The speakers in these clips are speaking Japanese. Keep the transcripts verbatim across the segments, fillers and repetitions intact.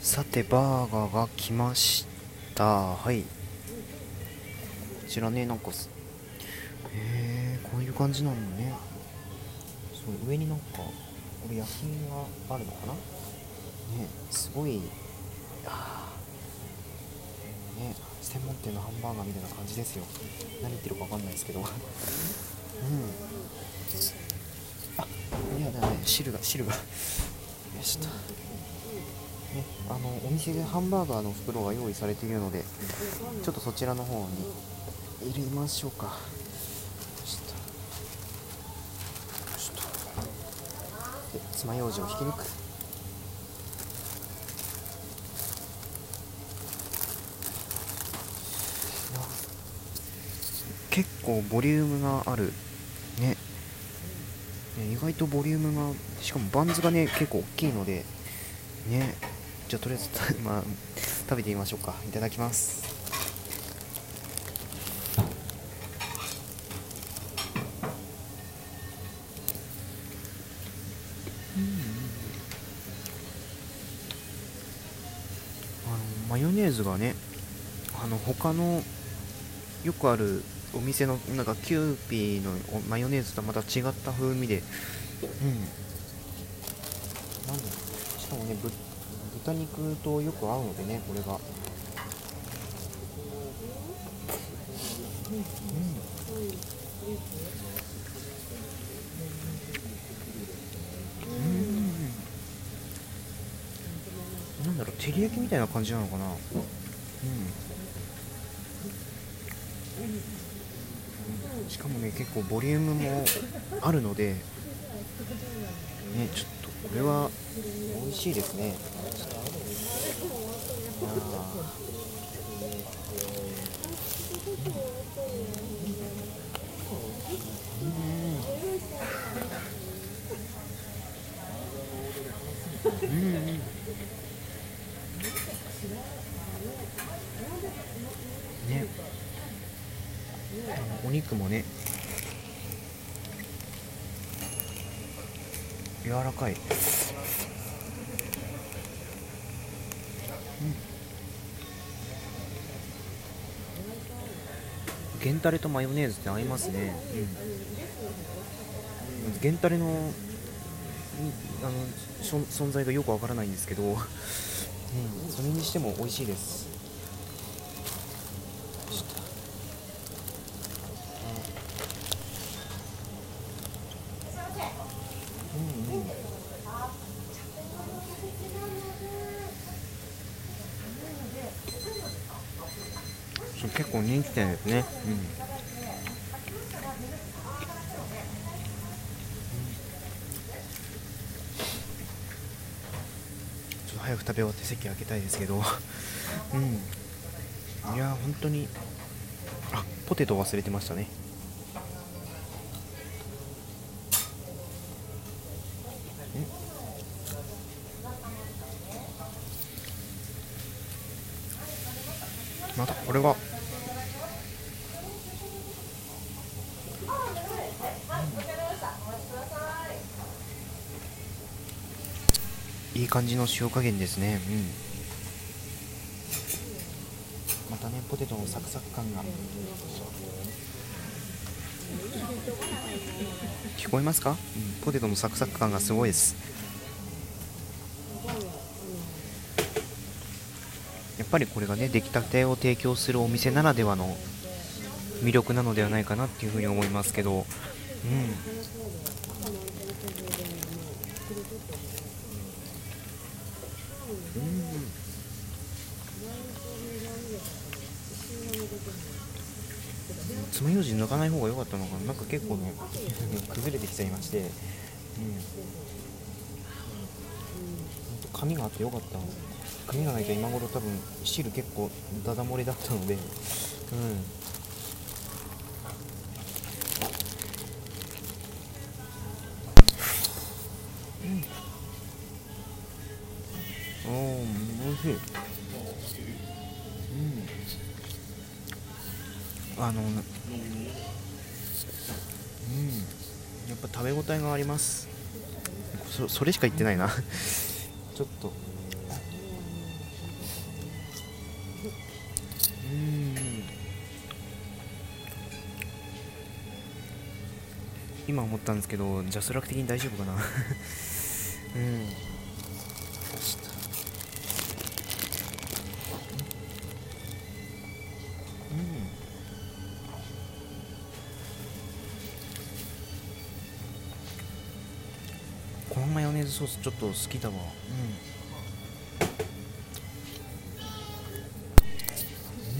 さてバーガーが来ました。はい、こちらね、なんかすへえこういう感じなのね。そう、上になんかこれ焼き印があるのかなね。すごい。あーね、専門店のハンバーガーみたいな感じですよ。何言ってるか分かんないですけどうん。いやだね、汁が汁がよしとね、あのお店でハンバーガーの袋が用意されているので、ちょっとそちらの方に入れましょうか。よしとよしとで、爪楊枝を引き抜く。結構ボリュームがあるね。意外とボリュームが、しかもバンズがね結構大きいのでね。じゃあとりあえずまあ食べてみましょうか。いただきます。あのマヨネーズがね、あの他のよくあるお店のなんかキューピーのマヨネーズとはまた違った風味で、うんなんだろう、しかもね、ぶ豚肉とよく合うのでね、これが。なんだろう、照り焼きみたいな感じなのかな。うんしかもね、結構ボリュームもあるのでね、ちょっとこれは美味しいですね。あーね、お肉もね柔らかい。源タレとマヨネーズって合いますね。うん、源タレのあの存在がよくわからないんですけど、うん、それにしても美味しいです。そう結構人気店ですね。うん、ちょっと早く食べ終わって席開けたいですけどうん、いやー本当に。あ、ポテト忘れてましたね。またこれがいい感じの塩加減ですね。うん、またね、ポテトのサクサク感が聞こえますか。うん、ポテトのサクサク感がすごいです。やっぱりこれがね、出来たてを提供するお店ならではの魅力なのではないかなっていうふうに思いますけど、うん、爪楊枝抜かない方が良かったのかな。なんか結構ね崩れてきちゃいまして、うん、紙があってよかった。紙がないと今頃多分汁結構ダダ漏れだったので、うん、おー、美味しい。あの、うん、やっぱ食べ応えがあります。そそれしか言ってないなちょっとん、今思ったんですけど、ジャスラック的に大丈夫かな。うん、このマヨネーズソースちょっと好きだわ。うん、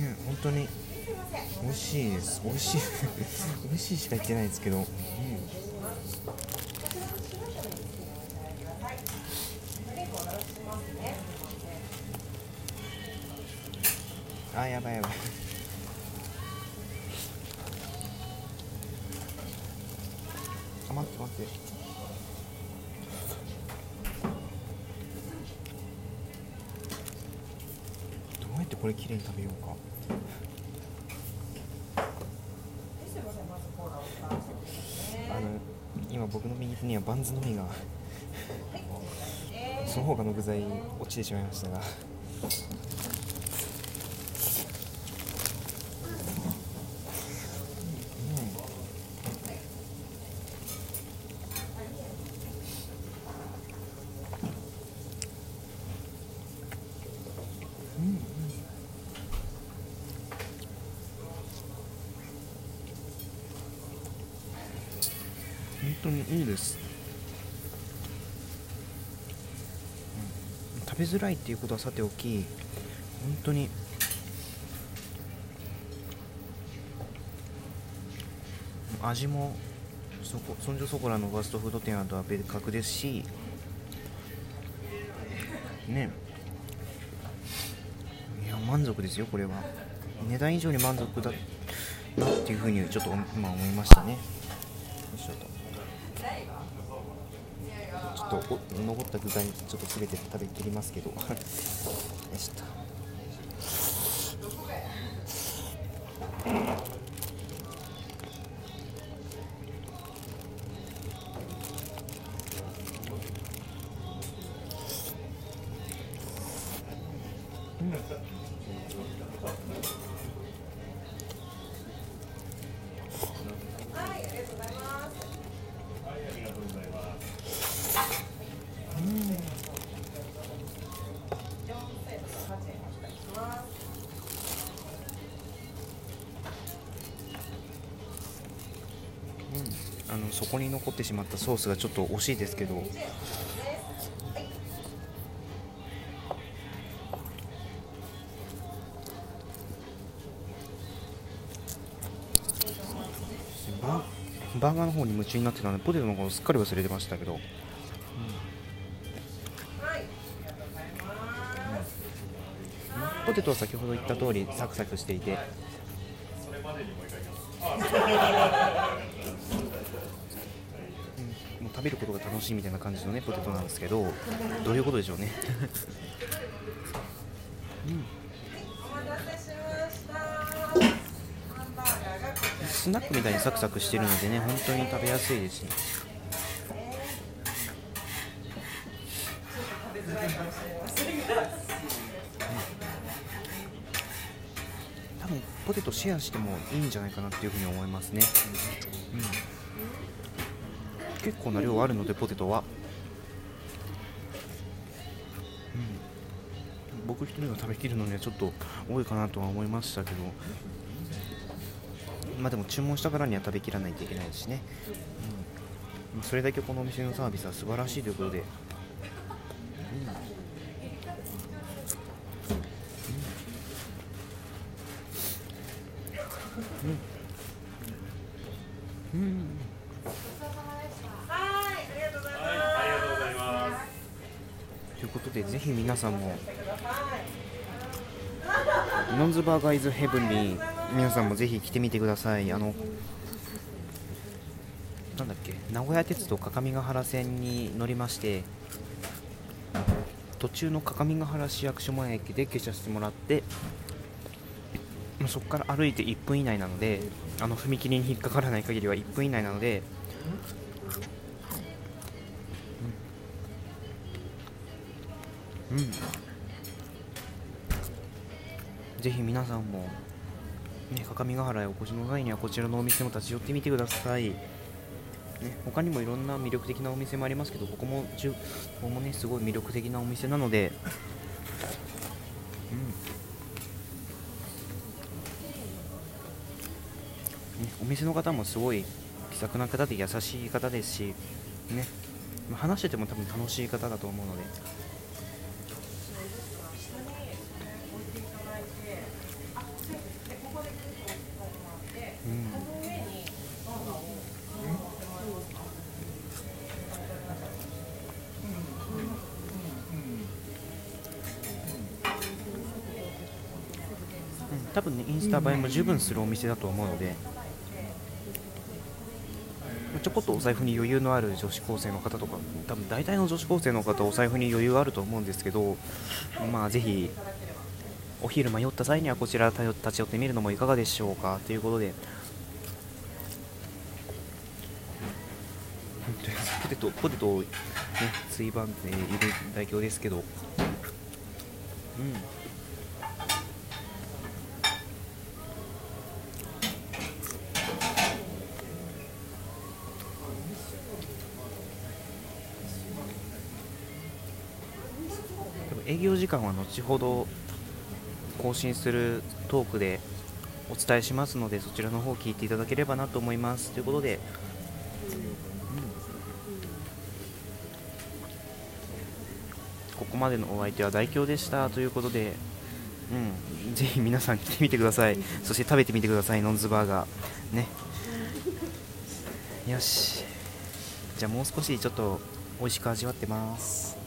ね、本当に美味しいです。美味しい美味しいしか言ってないですけど、うん、あー、やばいやばい。あ、待って待って、どうやってこれきれいに食べようか。あの今僕の右手にはバンズのみがその他の具材落ちてしまいましたが、うんうん、本当にいいです。食べづらいっていうことはさておき、本当に味もそこそんじょそこらのファストフード店とは別格ですしね。いや、満足ですよ。これは値段以上に満足だなっていうふうにちょっと今思いましたね。よいしょと、ちょっとお残った具材ちょっと全て食べきりますけどよいしょと。あのそこに残ってしまったソースがちょっと惜しいですけど、バーバーガーの方に夢中になってたのでポテトのことすっかり忘れてましたけど、うん、ポテトは先ほど言った通りサクサクしていて、うん、もう食べることが楽しいみたいな感じのねポテトなんですけど、どういうことでしょうね。うん、スナックみたいにサクサクしてるのでね、本当に食べやすいですし、多分ポテトシェアしてもいいんじゃないかなっていうふうに思いますね。うん、結構な量あるのでポテトは、うん、僕一人が食べきるのにはちょっと多いかなとは思いましたけど、まあでも注文したからには食べきらないといけないですしね、うん、それだけこのお店のサービスは素晴らしいということで、うんうんうん、ということでぜひ皆さんもノンズバーガーイズヘブンに皆さんもぜひ来てみてください。あのなんだっけ、名古屋鉄道各務原線に乗りまして、途中の各務原市役所前駅で下車してもらって、そこから歩いていっぷん以内なので、あの踏切に引っかからない限りはいっぷん以内なので、うん、うん、ぜひ皆さんもね、各務原へお越しの際にはこちらのお店も立ち寄ってみてください。ね、他にもいろんな魅力的なお店もありますけど、ここもここもねすごい魅力的なお店なので、うんね、お店の方もすごい気さくな方で優しい方ですし、ね、まあ話してても多分楽しい方だと思うので、うん、うん、多分ねインスタ映えも十分するお店だと思うので、ちょこっとお財布に余裕のある女子高生の方とか、多分大体の女子高生の方お財布に余裕あると思うんですけど、まあぜひお昼迷った際にはこちら立ち寄ってみるのもいかがでしょうかということで、ポテトポテトをねついばんでいる代表ですけど、うん、営業時間は後ほど更新するトークでお伝えしますので、そちらの方を聞いていただければなと思いますということで、ここまでのお相手は大京でしたということで、うん、ぜひ皆さん来てみてください。そして食べてみてください、ノンズバーガーね。よし、じゃあもう少しちょっと美味しく味わってます。